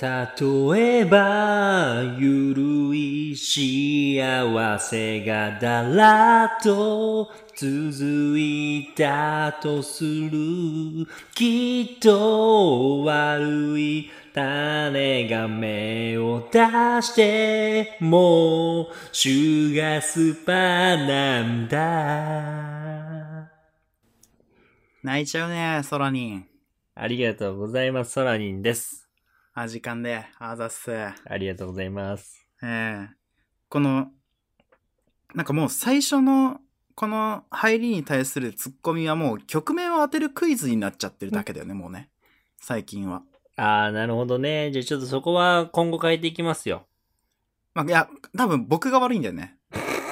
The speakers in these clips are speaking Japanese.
例えば、ゆるい幸せがだらっと続いたとする。きっと悪い種が芽を出しても、シュガースパーなんだ。 泣いちゃうね、ソラニン。 ありがとうございます。ソラニンです。 時間で、あざっす。 ありがとうございます。 この、なんかもう最初の、この入りに対するツッコミはもう曲名を当てるクイズになっちゃってるだけだよね、もうね。最近は。 なるほどね。じゃあちょっとそこは今後変えていきますよ。 いや、多分僕が悪いんだよね。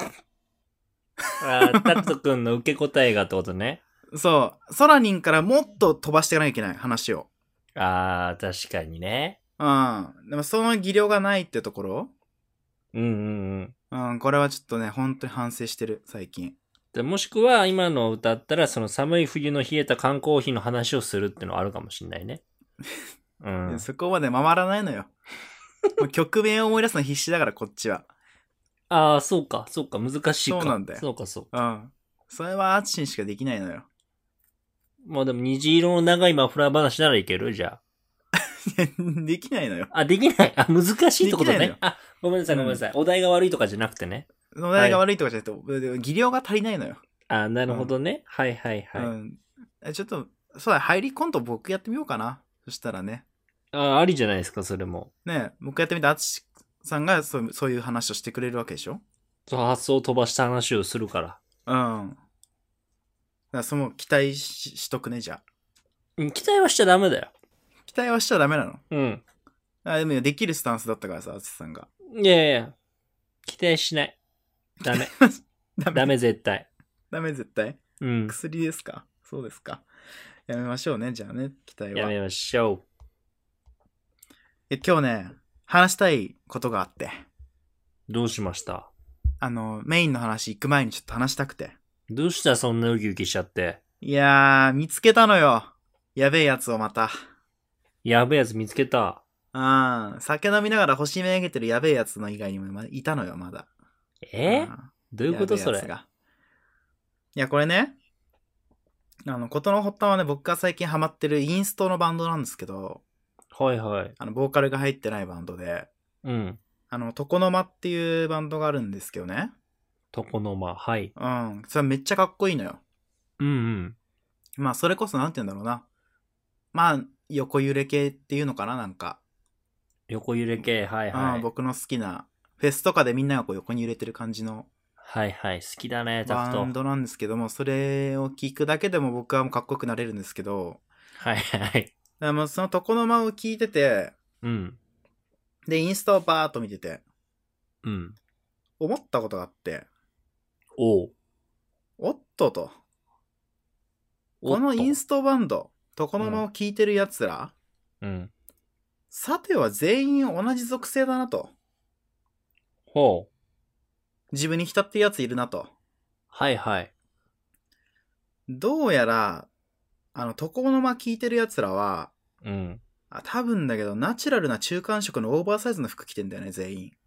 タット君の受け答えがってことね。 そう、ソラニンからもっと飛ばしていかなきゃいけない話を。 確かにね。 でもその技量がないってところ。これはちょっとね、本当に反省してる、最近。 もしくは今の歌ったら、その寒い冬の冷えた缶コーヒーの話をするっていうのはあるかもしんないね。 そこまで回らないのよ。もう曲名を思い出すの必死だから、こっちは。 そうか、難しいか。 そうなんだよ。 そうか。 それはアツシにしかできないのよ。 まあでも虹色の長いマフラー話ならいけるじゃできないのよ。 できない。難しいってことね。 できないのよ。 ごめんなさい。お題が悪いとかじゃなくてね。 お題が悪いとかじゃなくて、技量が足りないのよ。 なるほどね。はい。 ちょっと、そうだ、入りコント僕やってみようかな。そしたらね。 ありじゃないですか、それも。 ね僕やってみて、アツシさんがそういう話をしてくれるわけでしょ。 発想を飛ばした話をするから。 だからその期待しとくね、じゃあ。期待はしちゃダメだよ。 期待はしちゃダメなの？ でもできるスタンスだったからさ、アツシさんが。 いや。期待しない。ダメ。ダメ絶対。 ダメ絶対？薬ですか？そうですか。やめましょうね、じゃあね、期待は。 やめましょう。今日ね、話したいことがあって。 どうしました？ メインの話行く前にちょっと話したくて。 どうしたそんなウキウキしちゃって。 いやー、見つけたのよ。やべえやつをまた。 やべえやつ見つけた。 酒飲みながら星めげてるやべえやつの以外にもいたのよ、まだ。 どういうことそれ？ いや、これね、ことの発端はね、僕が最近ハマってるインストのバンドなんですけど、 はい。 ボーカルが入ってないバンドで、床の間っていうバンドがあるんですけどね。 床の間、はい。 それめっちゃかっこいいのよ。 まあ、それこそなんて言うんだろうな。まあ、横揺れ系っていうのかな、なんか。 横揺れ系、はい。 僕の好きな、フェスとかでみんながこう横に揺れてる感じの。 はい。好きだね、 バンドなんですけども、それを聞くだけでも僕はもうかっこよくなれるんですけど。 はい。 でもその床の間を聞いてて、で、インスタをバーっと見てて、思ったことがあって、おっと。このインストバンド、床の間を聞いてる奴ら、さては全員同じ属性だなと。自分に浸ってるやついるなと。 はい。 どうやら、床の間聞いてる奴らは、多分だけど、ナチュラルな中間色のオーバーサイズの服着てんだよね、全員。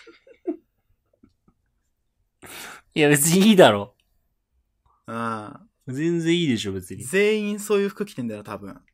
いや、別にいいだろ。 全然いいでしょ、別に。 全員そういう服着てんだよ、多分。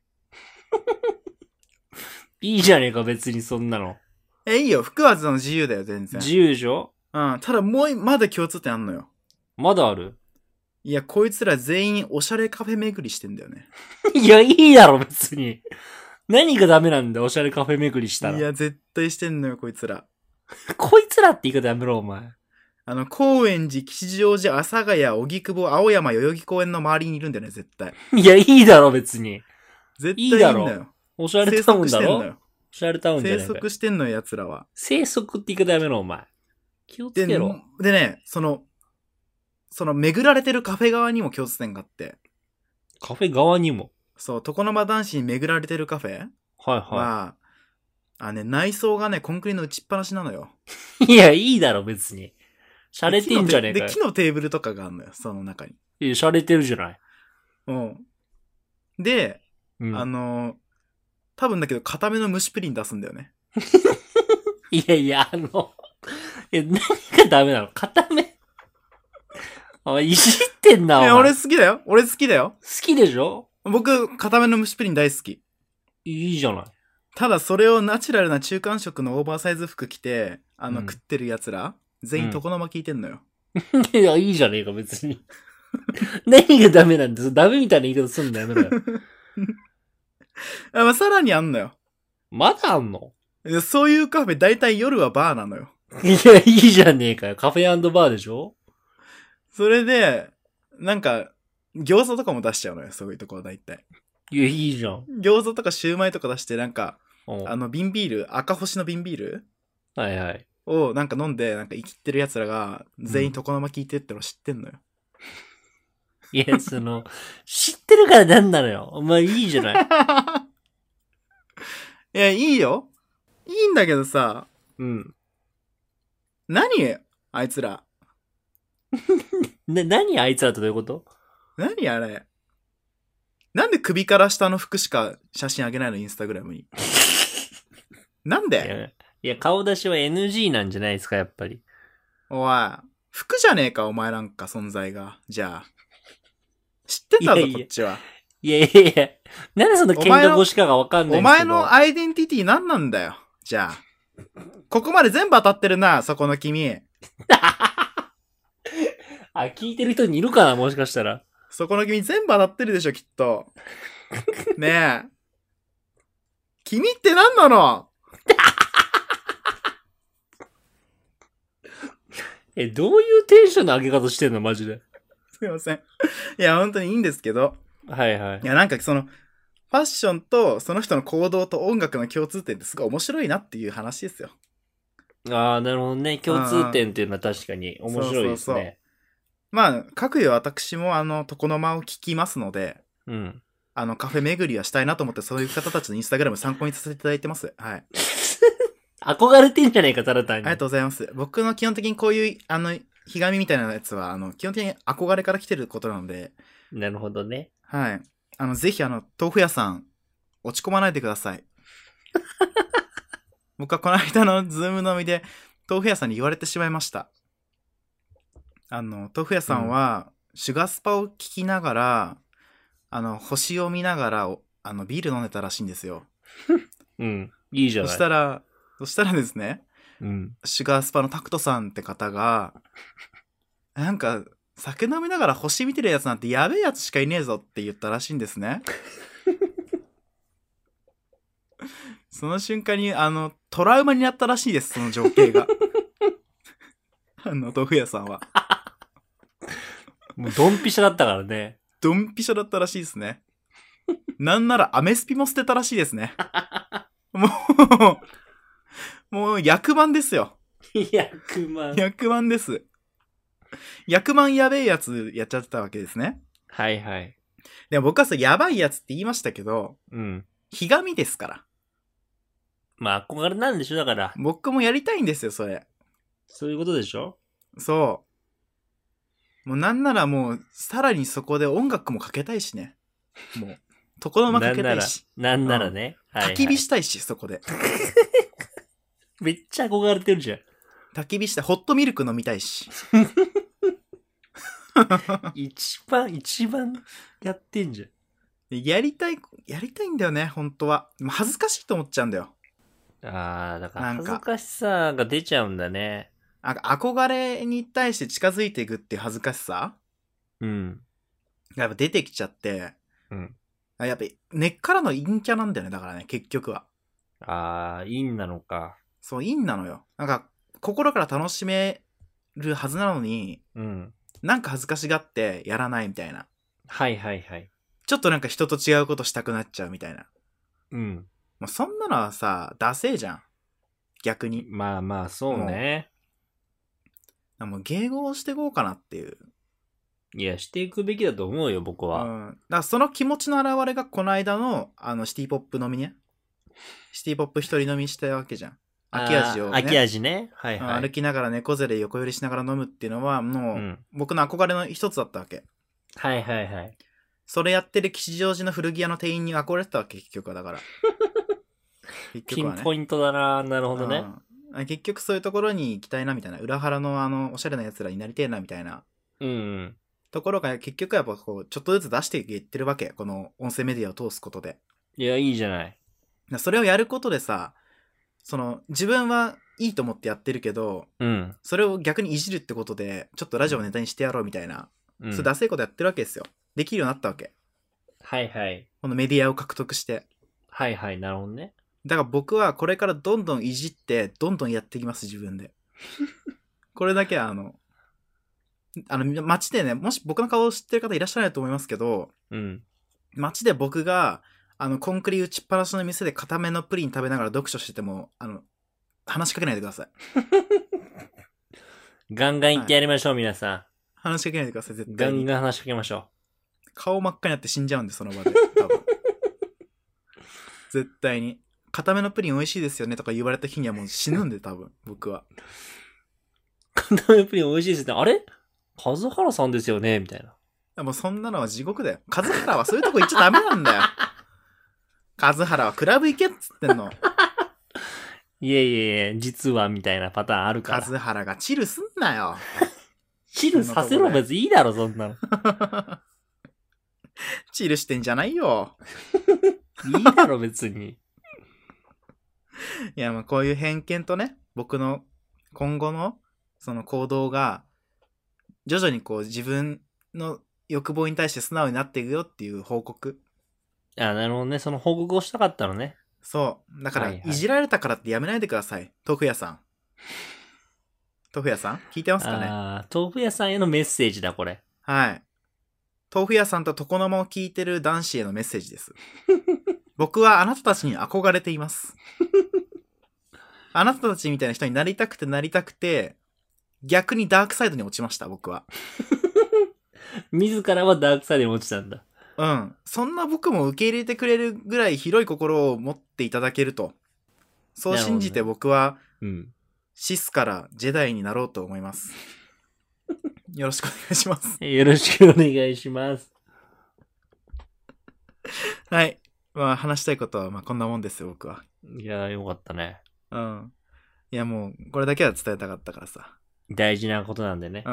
いいじゃねえか、別にそんなの。 いいよ、服は自由だよ、全然。 自由でしょ？ ただまだ共通点あんのよ。 まだある？ いや、こいつら全員おしゃれカフェ巡りしてんだよね。 いや、いいだろ、別に。何がダメなんだよ、おしゃれカフェ巡りしたら。 いや、絶対してんのよ、こいつら。 こいつらって言い方やめろ、お前。 高円寺、吉祥寺、阿佐ヶ谷、荻窪、青山、代々木公園の周りにいるんだよね、絶対。 いや、いいだろ、別に。 絶対いいんだよ。 おしゃれタウンだろ？おしゃれタウンじゃねえか。 生息してんのよ、奴らは。 生息って言い方やめろ、お前。気をつけろ。 でね、その巡られてるカフェ側にも共通点があって。 カフェ側にも？ そう、床の間男子に巡られてるカフェは、内装がね、コンクリの打ちっぱなしなのよ。 いや、いいだろ、別に。洒落てんじゃねえかよ。 で、木のテーブルとかがあるのよ、その中に。 いや、洒落てるじゃない。 で、多分だけど、固めの蒸しプリン出すんだよね。 いやいや、何がダメなの？固めいじってんな、 俺好きだよ。俺好きだよ。 好きでしょ？ 僕、固めの蒸しプリン大好き。 いいじゃない。 ただそれをナチュラルな中間色のオーバーサイズ服着て、食ってる奴ら、全員床の間聞いてんのよ。 いや、いいじゃねえか、別に。何がダメなんです？ダメみたいな言い方すんだよ、やめろよ。 さらにあんのよ。 まだあんの？ そういうカフェ、だいたい夜はバーなのよ。 いや、いいじゃねえかよ。カフェ&バーでしょ？ それで、なんか、餃子とかも出しちゃうのよ、そういうところだいたい。 いや、いいじゃん。 餃子とかシューマイとか出して、なんか、瓶ビール、赤星の瓶ビールはいはい。 をなんか飲んで、なんか生きってる奴らが、全員床の間聞いてっての知ってんのよ。 いや、知ってるからなんなのよ。お前いいじゃない。 いや、いいよ。いいんだけどさ。 うん。 何あいつら。 何あいつらってどういうこと？ 何あれ。なんで首から下の服しか写真あげないのインスタグラムに。なんで？ いや、顔出しは NG なんじゃないですか、やっぱり。 おい、服じゃねえか、お前なんか存在が。じゃあ。知ってんだぞ、こっちは。 いやいやいや、なんでその喧嘩腰かがわかんないんですけど。 お前のアイデンティティ何なんだよ。じゃあ。ここまで全部当たってるな、そこの君。 聞いてる人にいるかな、もしかしたら。 そこの君全部当たってるでしょ、きっと。ねえ。君って何なの？ どういうテンションの上げ方してんの、マジで。 すいません。いや、本当にいいんですけど。 はいはい。 いや、なんかファッションとその人の行動と音楽の共通点ってすごい面白いなっていう話ですよ。 ああ、なるほどね。共通点っていうのは確かに面白いですね。そうまあ、各有私も床の間を聞きますので、 うん。 カフェ巡りはしたいなと思って、そういう方たちのインスタグラム参考にさせていただいてます。はい。 憧れてんじゃねえか、ただ単に。 ありがとうございます。僕の基本的にこういう、ひがみみたいなやつは、基本的に憧れから来てることなので。 なるほどね。 はい。ぜひ豆腐屋さん、落ち込まないでください。僕はこの間のズーム飲みで、豆腐屋さんに言われてしまいました。豆腐屋さんは、シュガースパを聞きながら、星を見ながら、ビール飲んでたらしいんですよ。 うん。いいじゃない。 そしたらですね、 うん、 シュガースパのタクトさんって方が、なんか、酒飲みながら星見てるやつなんてやべえやつしかいねえぞって言ったらしいんですね。その瞬間に、トラウマになったらしいです、その情景が。豆腐屋さんは。 もうドンピシャだったからね。 ドンピシャだったらしいですね。なんならアメスピも捨てたらしいですね。もう役満ですよ。役満です。役満やべえやつやっちゃってたわけですね。 はいはい。 でも僕はやばいやつって言いましたけど、 うん。 ひがみですから。 まあ憧れなんでしょ、だから。 僕もやりたいんですよ、それ。 そういうことでしょ？ そう。もうなんならもう、さらにそこで音楽もかけたいしね。もう、床の間かけたいし。 なんならね。 焚き火したいし、そこで。 めっちゃ憧れてるじゃん。 焚き火してホットミルク飲みたいし。 一番やってんじゃん。 やりたいんだよね、本当は。恥ずかしいと思っちゃうんだよ。 ああ、だから恥ずかしさが出ちゃうんだね。 憧れに対して近づいていくっていう恥ずかしさ？ うん。 やっぱ出てきちゃって、 うん。 やっぱ根っからの陰キャなんだよね、だからね、結局は。 ああ、陰なのか。 そう、陰なのよ。心から楽しめるはずなのに、 うん。 なんか恥ずかしがってやらないみたいな。 はいはいはい。 ちょっとなんか人と違うことしたくなっちゃうみたいな。 うん。 もうそんなのはさ、ダセーじゃん。逆に。 まあまあ、そうね。 もう迎合していこうかなっていう。 いや、していくべきだと思うよ、僕は。 だからその気持ちの表れがこの間の、シティポップ飲みね。シティポップ一人飲みしたわけじゃん。秋味をね。 秋味ね。はいはい。 歩きながら猫背で横寄りしながら飲むっていうのは、もう、僕の憧れの一つだったわけ。 はいはいはい。 それやってる吉祥寺の古着屋の店員に憧れてたわけ、結局はだから。 ピンポイントだな。なるほどね。 結局そういうところに行きたいなみたいな。裏腹のおしゃれな奴らになりてえなみたいな。ところが結局やっぱこう、ちょっとずつ出していってるわけ。この音声メディアを通すことで。 いや、いいじゃない。 それをやることでさ、自分はいいと思ってやってるけど、それを逆にいじるってことで、ちょっとラジオをネタにしてやろうみたいな、そういうダセいことやってるわけですよ。できるようになったわけ。 はいはい。 このメディアを獲得して。 はいはい、なるほどね。 だから僕はこれからどんどんいじって、どんどんやっていきます、自分で。これだけは街でね、もし僕の顔を知ってる方いらっしゃらないと思いますけど、街で僕が、コンクリ打ちっぱなしの店で固めのプリン食べながら読書してても、話しかけないでください。 ガンガン言ってやりましょう、皆さん。 話しかけないでください、絶対に。 ガンガン話しかけましょう。顔真っ赤になって死んじゃうんで、その場で。多分。絶対に。固めのプリン美味しいですよねとか言われた日にはもう死ぬんで、多分、僕は。 固めのプリン美味しいですね。あれ数原さんですよねみたいな。 もうそんなのは地獄だよ。数原はそういうとこ行っちゃダメなんだよ。数原はクラブ行けっつってんの。 いえいえいえ、実はみたいなパターンあるから。 数原がチルすんなよ。 チルさせろ、別にいいだろ、そんなの。 チルしてんじゃないよ。 いいだろ、別に。 いや、まあこういう偏見とね、僕の今後のその行動が、徐々にこう自分の欲望に対して素直になっていくよっていう報告。 あ、なるほどね。その報告をしたかったのね。 そう。だから、いじられたからってやめないでください。豆腐屋さん。豆腐屋さん聞いてますかね。 豆腐屋さんへのメッセージだ、これ。 はい。豆腐屋さんと床の間を聞いてる男子へのメッセージです。僕はあなたたちに憧れています。あなたたちみたいな人になりたくて、逆にダークサイドに落ちました、僕は。 自らはダークサイドに落ちたんだ。 うん。そんな僕も受け入れてくれるぐらい広い心を持っていただけると。そう信じて僕は、シスからジェダイになろうと思います。よろしくお願いします。 よろしくお願いします。 はい。まあ話したいことはまあこんなもんですよ、僕は。 いやーよかったね。 うん。いやもう、これだけは伝えたかったからさ。 大事なことなんでね。 うん。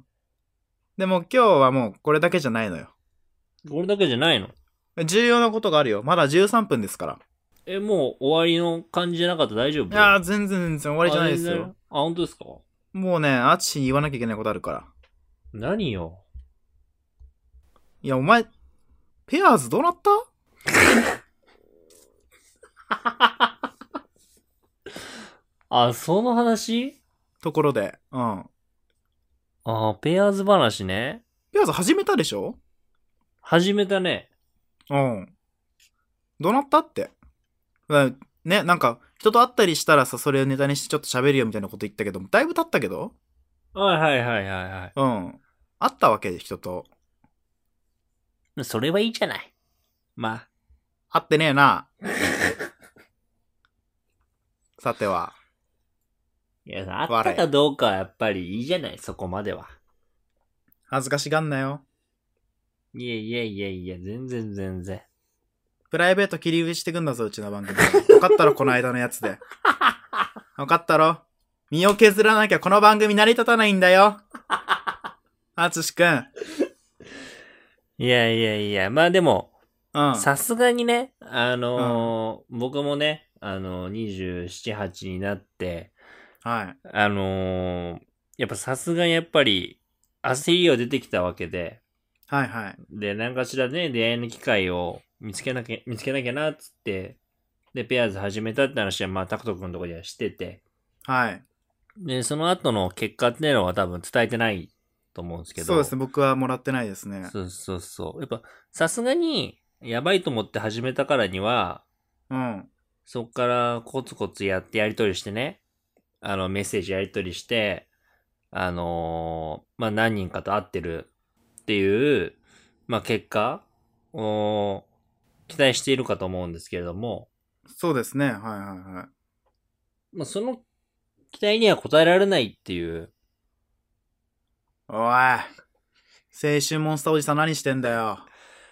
でも今日はもうこれだけじゃないのよ。 これだけじゃないの？ 重要なことがあるよ。まだ13分ですから。 もう終わりの感じじゃなかった？大丈夫？ いやー全然終わりじゃないですよ。 本当ですか？ もうね、アツシに言わなきゃいけないことあるから。 何よ。 いや、お前、ペアーズどうなったあ、その話？ ところで、うん。 ペアーズ話ね。 ペアーズ始めたでしょ？ 始めたね。 うん。どうなったって。ね、なんか、人と会ったりしたらさ、それをネタにしてちょっと喋るよみたいなこと言ったけど、だいぶ経ったけど？ はい。 うん。会ったわけで、人と。 それはいいじゃない。まあ。会ってねえな。さては。 いや、会ったかどうかはやっぱりいいじゃない、そこまでは。 恥ずかしがんなよ。 いや、全然。 プライベート切り売りしてくんだぞ、うちの番組。分かったろ、この間のやつで。分かったろ。身を削らなきゃこの番組成り立たないんだよ。あつしくん。 いや、まあでも、さすがにね、僕もね、27、8になって、 はい。 やっぱさすがにやっぱり、焦りが出てきたわけで、 はい。 で、なんかしらね、出会いの機会を見つけなきゃな、っつって、で、ペアーズ始めたって話は、まあ、タクト君のところではしてて、 はい。 で、その後の結果っていうのは多分伝えてないと思うんですけど。 そうですね、僕はもらってないですね。 そう。やっぱ、さすがに、やばいと思って始めたからには、そっからコツコツやってやりとりしてね、メッセージやりとりして、まあ、何人かと会ってるっていう、まあ、結果を期待しているかと思うんですけれども。 そうですね。はい。 まあ、その期待には応えられないっていう。 おい。青春モンスターおじさん何してんだよ。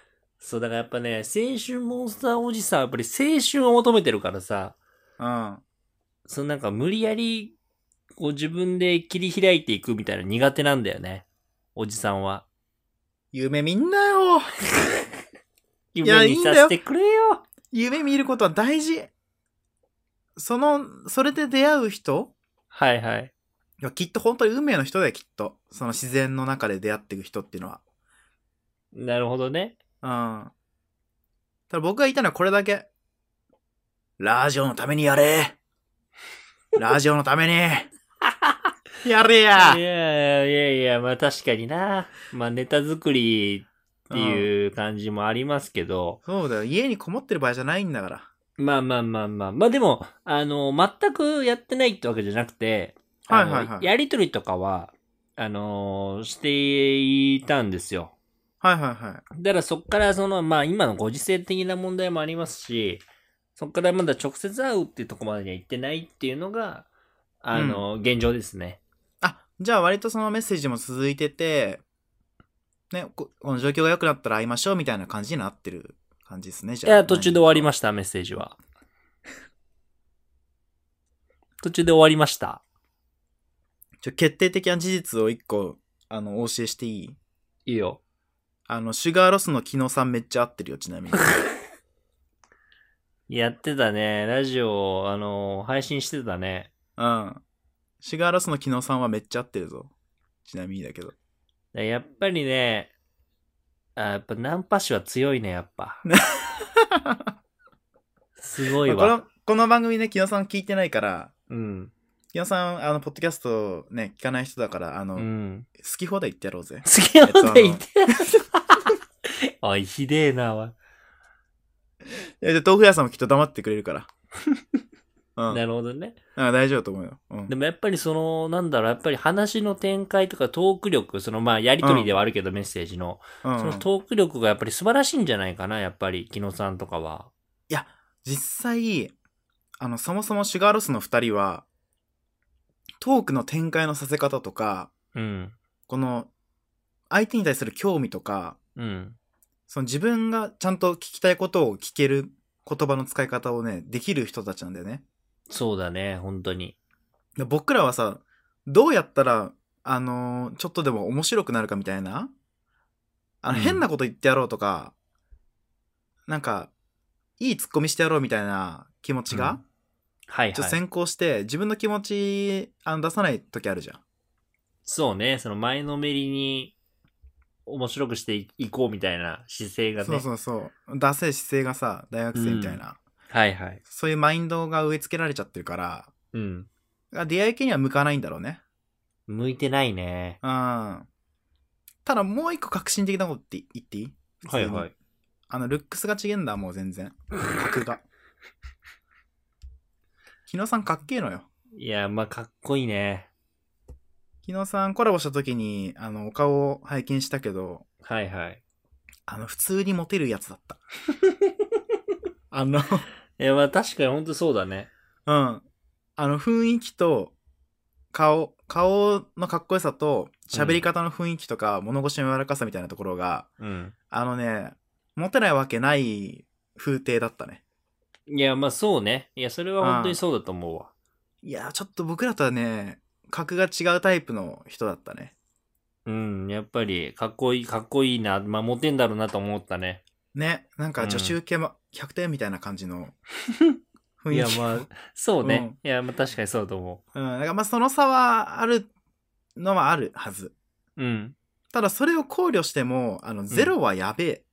そう、だからやっぱね、青春モンスターおじさんはやっぱり青春を求めてるからさ、 うん。 そのなんか無理やり、こう自分で切り開いていくみたいな苦手なんだよね。おじさんは。 夢見んなよ。 夢見させてくれよ。 夢見ることは大事。それで出会う人はいはい。 いや、きっと本当に運命の人だよ、きっと。その自然の中で出会っていく人っていうのは。 なるほどね。 うん。ただ僕が言いたいのはこれだけ。ラジオのためにやれ。ラジオのために。やれや。 いや、まあ確かにな。まあネタ作りっていう感じもありますけど。 そうだよ。家にこもってる場合じゃないんだから。 まあ。まあでも、全くやってないってわけじゃなくて、やりとりとかは、していたんですよ。 はいはいはい。 だからそっからまあ今のご時世的な問題もありますし、そっからまだ直接会うっていうところまでには行ってないっていうのが、現状ですね。 あ、じゃあ割とそのメッセージも続いてて、ね、この状況が良くなったら会いましょうみたいな感じになってる感じですね、じゃあ。 いや、途中で終わりました、メッセージは。途中で終わりました。 決定的な事実を一個、お教えしていい？ いいよ。 シュガーロスの木野さんめっちゃ合ってるよ、ちなみに。 やってたね。ラジオ、配信してたね。 うん。シュガーロスの木野さんはめっちゃ合ってるぞ。ちなみにだけど。 やっぱりね、やっぱナンパ師は強いね、やっぱ。すごいわ。 この番組ね、木野さん聞いてないから、 うん。 木野さん、ポッドキャストね、聞かない人だから、 うん、 好き放題言ってやろうぜ。 好き放題言ってやろう。おい、ひでえな、おい。 豆腐屋さんもきっと黙ってくれるから。 うん、なるほどね。 大丈夫と思うよ。うん、 でもやっぱりなんだろう、やっぱり話の展開とかトーク力、まあやりとりではあるけど、メッセージの。そのトーク力がやっぱり素晴らしいんじゃないかな、やっぱり、木野さんとかは。 いや、実際、そもそもシュガーロスの二人は、トークの展開のさせ方とか、 うん。 この、相手に対する興味とか、 うん。 その自分がちゃんと聞きたいことを聞ける言葉の使い方をね、できる人たちなんだよね。 そうだね、本当に。 僕らはさ、どうやったら、ちょっとでも面白くなるかみたいな、変なこと言ってやろうとか、なんか、いいツッコミしてやろうみたいな気持ちが、 はいはい。 ちょっと先行して、自分の気持ち、出さない時あるじゃん。 そうね、前のめりに面白くしていこうみたいな姿勢がね。 そう。ダセい姿勢がさ、大学生みたいな。 はいはい。 そういうマインドが植え付けられちゃってるから、 うん。 出会い系には向かないんだろうね。 向いてないね。 うん。ただもう一個革新的なことって言っていい？ はいはい。 ルックスが違えんだ、もう全然。格が。木野さんかっけえのよ。 いや、まあ、かっこいいね。 木野さんコラボした時に、お顔を拝見したけど、 はいはい。 普通にモテるやつだった。 いや、まあ確かに本当そうだね。 うん。雰囲気と、顔のかっこよさと、喋り方の雰囲気とか、物腰の柔らかさみたいなところが、 うん。 モテないわけない風景だったね。 いや、まあそうね。いや、それは本当にそうだと思うわ。 いや、ちょっと僕らとはね、格が違うタイプの人だったね。 うん、やっぱり、かっこいいな。まあ、モテんだろうなと思ったね。 ね、なんか女子受けも100点みたいな感じの雰囲気。 いや、まあ、そうね。いや、まあ確かにそうだと思う。だからまあその差はあるのはあるはず。 うん。 ただそれを考慮しても、ゼロはやべえ。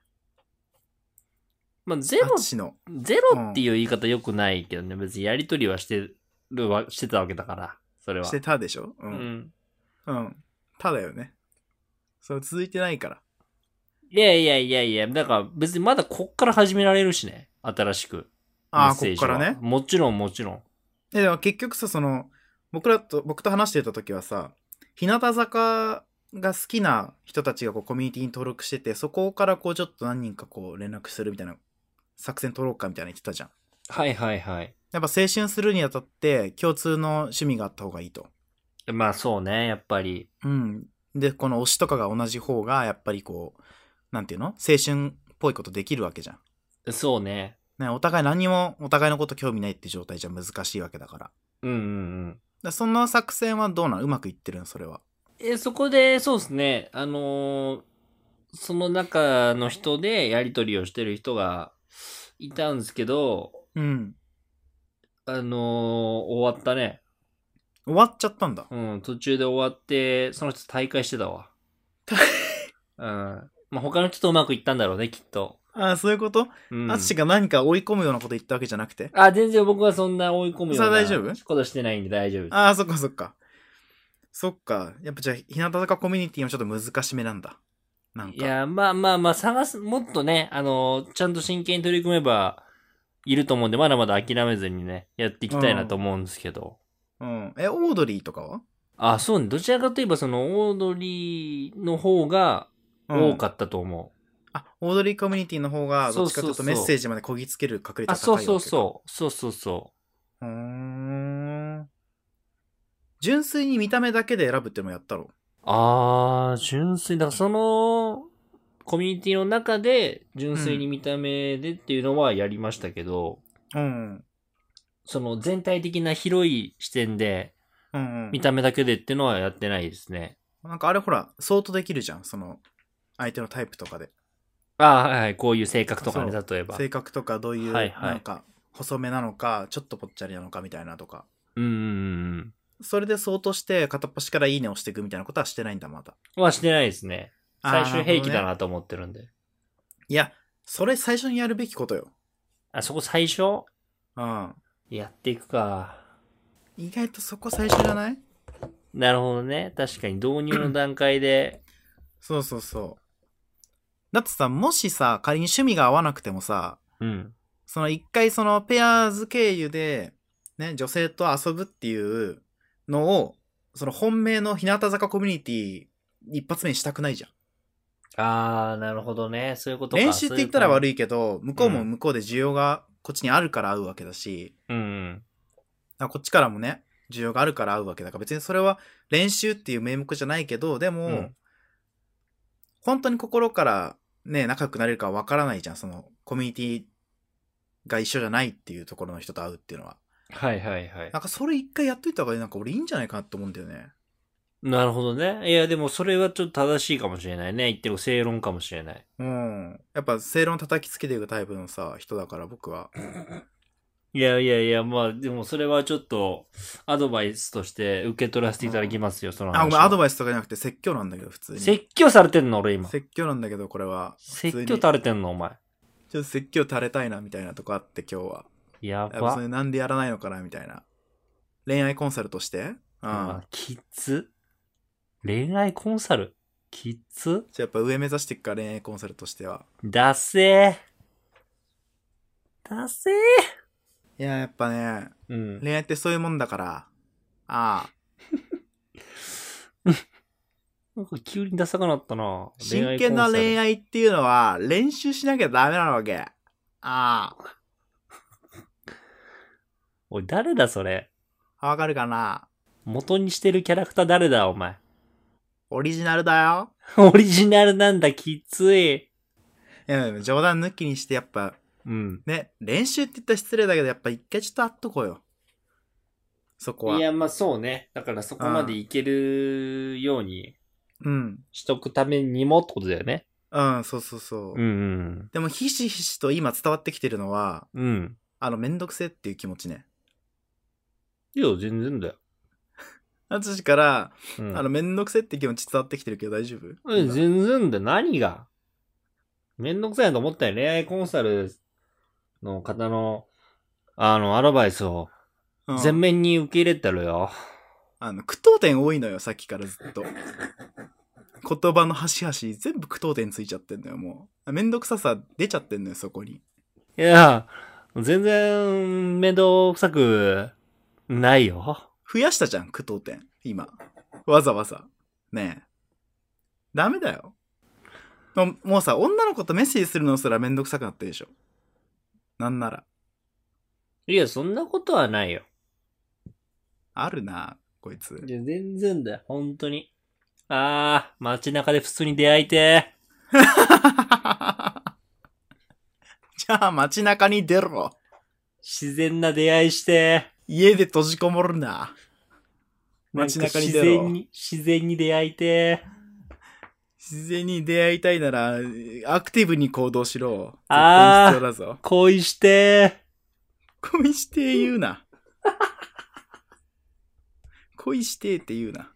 まあ、ゼロっていう言い方良くないけどね。別にやりとりはしてたわけだから、それは。 してたでしょ？うん。ただよね。それ続いてないから。 いや、だから別にまだこっから始められるしね。新しく。 ああ、こっからね。 もちろん。 でも結局さ、僕と話してた時はさ、日向坂が好きな人たちがこうコミュニティに登録してて、そこからこうちょっと何人かこう連絡するみたいな作戦取ろうかみたいな言ってたじゃん。 はいはいはい。 やっぱ青春するにあたって共通の趣味があった方がいいと。 まあそうね、やっぱり。 うん。で、この推しとかが同じ方が、やっぱりこう、なんていうの？青春ぽいことできるわけじゃん。 そうね。 ね、お互い何にもお互いのこと興味ないって状態じゃ難しいわけだから。 うんうんうん。 その作戦はどうなの？うまくいってるのそれは。 そこで、そうですね。その中の人でやりとりをしてる人がいたんですけど、 うん。 終わったね。 終わっちゃったんだ。 うん、途中で終わって、その人大会してたわ。うん。まあ、他の人とうまくいったんだろうね、きっと。 ああ、そういうこと？アツシが何か追い込むようなこと言ったわけじゃなくて？ 全然僕はそんな追い込むようなことしてないんで大丈夫です。 ああ、そっかそっか。そっか。やっぱじゃあ、日向坂コミュニティもちょっと難しめなんだ。なんか。 いや、まあ、もっとね、ちゃんと真剣に取り組めば、いると思うんで、まだまだ諦めずにね、やっていきたいなと思うんですけど。 うん。オードリーとかは？ そうね。どちらかといえば、その、オードリーの方が多かったと思う。オードリーコミュニティの方が、どっちかというとメッセージまでこぎつける確率が高いわけか。 そう。 純粋に見た目だけで選ぶってのもやったろ？ 純粋。だからその、コミュニティの中で、純粋に見た目でっていうのはやりましたけど、その全体的な広い視点で、見た目だけでっていうのはやってないですね。 なんかあれほら、相当できるじゃん。その、相手のタイプとかで。 はい。こういう性格とかね、例えば。 性格とかどういう、なんか、細めなのか、ちょっとぽっちゃりなのかみたいなとか。それで相当して片っ端からいいねをしていくみたいなことはしてないんだ、まだ。 してないですね。最終兵器だなと思ってるんで。 いや、それ最初にやるべきことよ。 そこ最初？ うん。 やっていくか。 意外とそこ最初じゃない？ なるほどね。確かに導入の段階で。 そう。だってさ、もしさ、仮に趣味が合わなくてもさ、その一回そのペアーズ経由で、ね、女性と遊ぶっていうのを、その本命の日向坂コミュニティ一発目にしたくないじゃん。 なるほどね。そういうことか。 練習って言ったら悪いけど、向こうも向こうで需要がこっちにあるから会うわけだし、こっちからもね、需要があるから会うわけだから、別にそれは練習っていう名目じゃないけど、でも、本当に心からね、仲良くなれるかわからないじゃん。その、コミュニティが一緒じゃないっていうところの人と会うっていうのは。なんかそれ一回やっといた方がなんか俺いいんじゃないかなって思うんだよね。 なるほどね。いや、でもそれはちょっと正しいかもしれないね。言ってる正論かもしれない。 やっぱ正論叩きつけていくタイプのさ、人だから僕は。 いや、まあ、でもそれはちょっと、アドバイスとして受け取らせていただきますよ、その話。 ごめん、アドバイスとかじゃなくて説教なんだけど、普通に。 説教されてんの俺今。 説教なんだけど、これは。 説教垂れてんのお前。 ちょっと説教垂れたいな、みたいなとこあって、今日は。 やば。 それなんでやらないのかな、みたいな。恋愛コンサルとしてきつ。恋愛コンサルきつ。 やっぱ上目指していくから、恋愛コンサルとしては。 だせー。 いや、やっぱね、恋愛ってそういうもんだから。 なんか急にダサくなったな。 真剣な恋愛っていうのは練習しなきゃダメなわけ。 おい、誰だそれ。 わかるかな？ 元にしてるキャラクター誰だお前。 オリジナルだよ。 オリジナルなんだ、きつい。 いや、冗談抜きにしてやっぱ、ね、練習って言ったら失礼だけど、やっぱ一回ちょっと会っとこうよ。そこは。 いや、まあそうね。だからそこまでいけるように、しとくためにもってことだよね。 そう。でも、ひしひしと今伝わってきてるのは、めんどくせっていう気持ちね。 いや、全然だよ。 あつしから、めんどくせって気持ち伝わってきてるけど大丈夫？ 全然だよ。何がめんどくさいと思ったよ。恋愛コンサルの方の、アドバイスを、全面に受け入れてるよ。 句読点多いのよ、さっきからずっと。言葉の端々全部句読点ついちゃってんのよ、もう。めんどくささ出ちゃってんのよ、そこに。 いや、全然、めんどくさく、ないよ。 増やしたじゃん、句読点。今。わざわざ。ねえ。ダメだよ。もうさ、女の子とメッセージするのすらめんどくさくなってるでしょ。なんなら。 いや、そんなことはないよ。 あるな、こいつ。 いや、全然だよ、本当に。街中で普通に出会いてゃあ街中に出ろ。 自然な出会いして。 家で閉じこもるな。街中に出ろ。 自然に出会いて。 自然に出会いたいなら、アクティブに行動しろ。絶対必要だぞ。 恋して。 恋して言うな。恋してって言うな。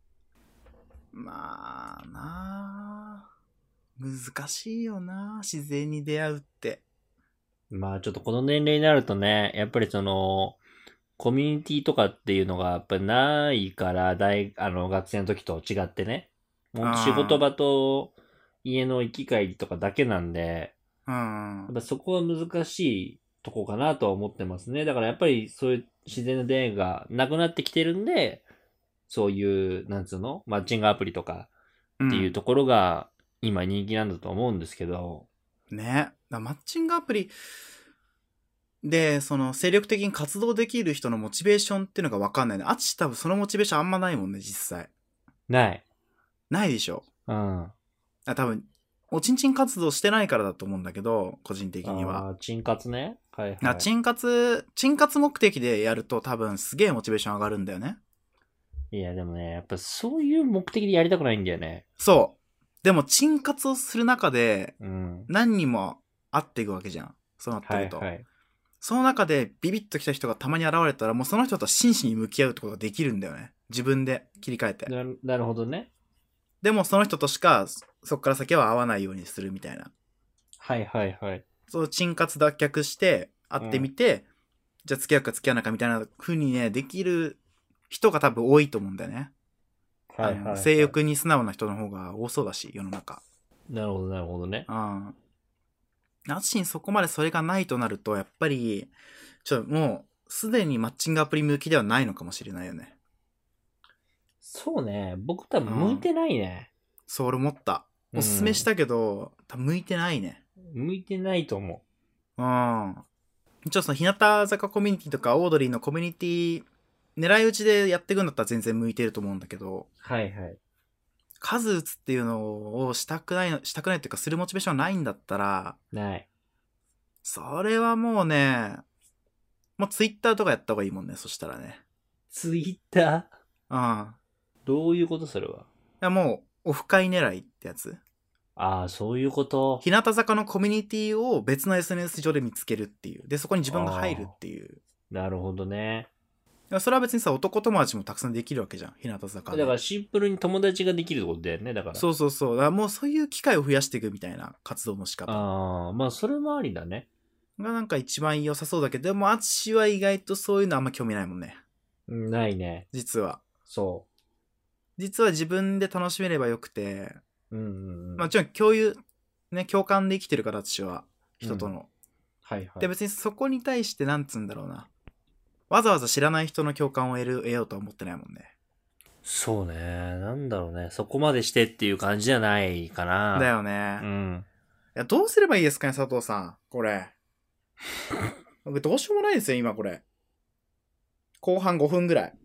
まあなあ。難しいよな。自然に出会うって。 まあちょっとこの年齢になるとね、やっぱりコミュニティとかっていうのがやっぱりないから、学生の時と違ってね。仕事場と家の行き帰りとかだけなんで、やっぱそこは難しいとこかなとは思ってますね。だからやっぱりそういう自然な出会いがなくなってきてるんで、そういう、なんつうのマッチングアプリとかっていうところが今人気なんだと思うんですけど。 ね。マッチングアプリで、精力的に活動できる人のモチベーションっていうのがわかんないね。あっち多分そのモチベーションあんまないもんね、実際。 ない。 ないでしょ。 うん。 多分、おちんちん活動してないからだと思うんだけど、個人的には。 チン活ね。はいはい。 チン活目的でやると多分すげえモチベーション上がるんだよね。 いや、でもね、やっぱそういう目的でやりたくないんだよね。 そう。でも、チン活をする中で、何人も会っていくわけじゃん。そうなってると。はいはい、その中でビビッと来た人がたまに現れたら、もうその人と真摯に向き合うってことができるんだよね。自分で切り替えて。 なるほどね。 でもその人としか、そっから先は会わないようにするみたいな。 はいはいはい。 そう、チン活脱却して会ってみて、じゃあ付き合うか付き合わないかみたいな風にね、できる人が多分多いと思うんだよね。はいはいはい、性欲に素直な人の方が多そうだし、世の中。 なるほどなるほどね。 あつしにそこまでそれがないとなると、やっぱり、もう、すでにマッチングアプリ向きではないのかもしれないよね。 そうね。僕多分向いてないね。 そう、俺思った。おすすめしたけど、多分向いてないね。 向いてないと思う。 ちょっと日向坂コミュニティとかオードリーのコミュニティ狙い撃ちでやっていくんだったら全然向いてると思うんだけど。 はいはい。 数打つっていうのをしたくないっていうかするモチベーションないんだったら。 ない。 それはもうね、もうツイッターとかやった方がいいもんね、そしたらね。 ツイッター？どういうことそれは？ いやもう、オフ会狙いってやつ。 そういうこと。 日向坂のコミュニティを別の SNS 上で見つけるっていう。で、そこに自分が入るっていう。 なるほどね。 それは別にさ、男友達もたくさんできるわけじゃん、日向坂で。 だからシンプルに友達ができるってことだよね、だから。 そうそうそう。だからもうそういう機会を増やしていくみたいな活動の仕方。 まあそれもありだね。 がなんか一番良さそうだけど、でもあつしは意外とそういうのあんま興味ないもんね。 ないね。 実は。 そう。 実は自分で楽しめればよくて。 まあもちろん共感で生きてるから私は。人との。 はいはい。 で別にそこに対してなんつうんだろうな。わざわざ知らない人の共感を得ようとは思ってないもんね。 そうね。なんだろうね。そこまでしてっていう感じじゃないかな。 だよね。いや、どうすればいいですかね、佐藤さん。これ。僕どうしようもないですよ、今これ。後半5分ぐらい。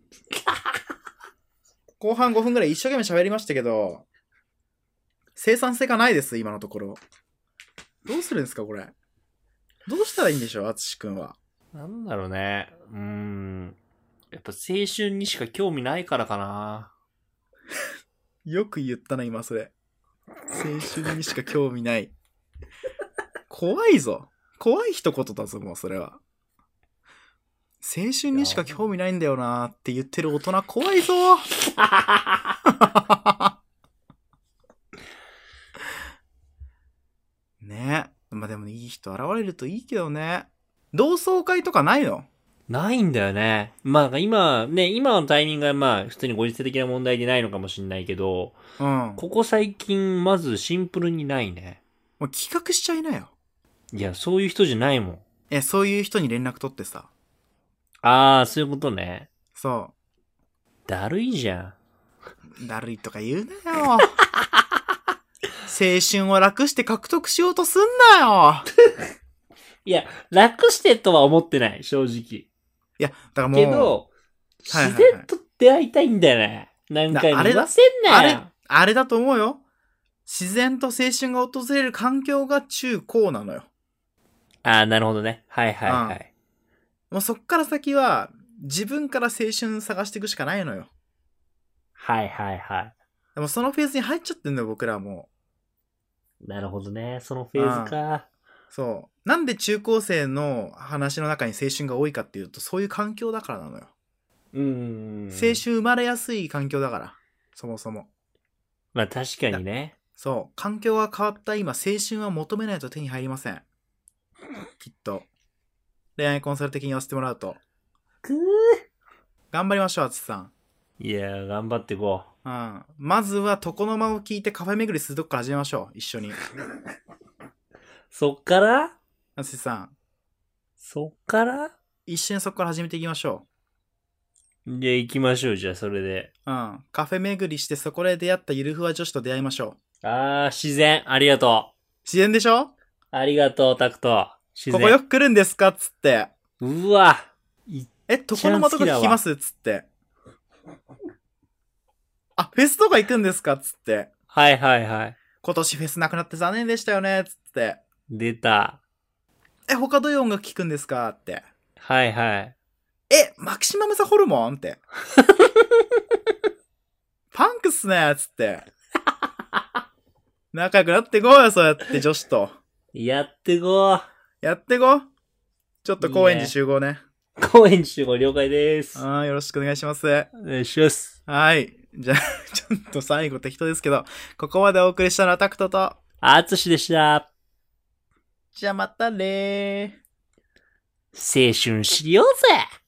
後半5分ぐらい一生懸命喋りましたけど、生産性がないです、今のところ。どうするんですか、これ。どうしたらいいんでしょう、あつしくんは。 なんだろうね。やっぱ青春にしか興味ないからかな。 よく言ったな、今それ。青春にしか興味ない。怖いぞ。怖い一言だぞ、もうそれは。青春にしか興味ないんだよなって言ってる大人怖いぞ。ね。まあでもいい人現れるといいけどね。同窓会とかないの？ ないんだよね。まあ今のタイミングはまあ普通にご時世的な問題でないのかもしれないけど、ここ最近まずシンプルにないね。 もう企画しちゃいなよ。 いや、そういう人じゃないもん。 そういう人に連絡取ってさ。 そういうことね。 そう。 だるいじゃん。だるいとか言うなよ。青春を楽して獲得しようとすんなよ。 いや、楽してとは思ってない、正直。 いや、だからもう。 けど、自然と出会いたいんだよね。何回も言わせんなよ。 あれだと思うよ。自然と青春が訪れる環境が中高なのよ。 ああ、なるほどね。はいはいはい。 もうそっから先は、自分から青春探していくしかないのよ。 はいはいはい。 でもそのフェーズに入っちゃってんだよ、僕らはもう。なるほどね。そのフェーズか。 そう。なんで中高生の話の中に青春が多いかっていうと、そういう環境だからなのよ。青春生まれやすい環境だから。そもそも。 まあ確かにね。 そう。環境が変わった今、青春は求めないと手に入りません。きっと。恋愛コンサル的に言わせてもらうと。頑張りましょう、あつさん。 いや、頑張っていこう。まずは床の間を聞いてカフェ巡りするとこから始めましょう。一緒に。 そっからあつさん。 そっから一緒にそこから始めていきましょう。じゃあ行きましょう、じゃあそれで。 カフェ巡りしてそこで出会ったゆるふわ女子と出会いましょう。自然。ありがとう。 自然でしょ？ありがとう、タクト。 ここよく来るんですか？つって。 うわ。 床の間とか聞きます？つって。フェスとか行くんですか？つって。 はいはいはい。 今年フェスなくなって残念でしたよね。つって。 出た。 他どういう音楽聴くんですか？って。 はいはい。 マキシマムザホルモンって。パンクっすね。つって。仲良くなってこうよ、そうやって女子と。 やってこう。 やってこ。ちょっと高円寺集合ね。 高円寺集合了解です。 よろしくお願いします。 お願いします。 はい。じゃあ、ちょっと最後適当ですけど、ここまでお送りしたのはタクトと、 あつしでした。 じゃあまたねー。 青春しようぜ。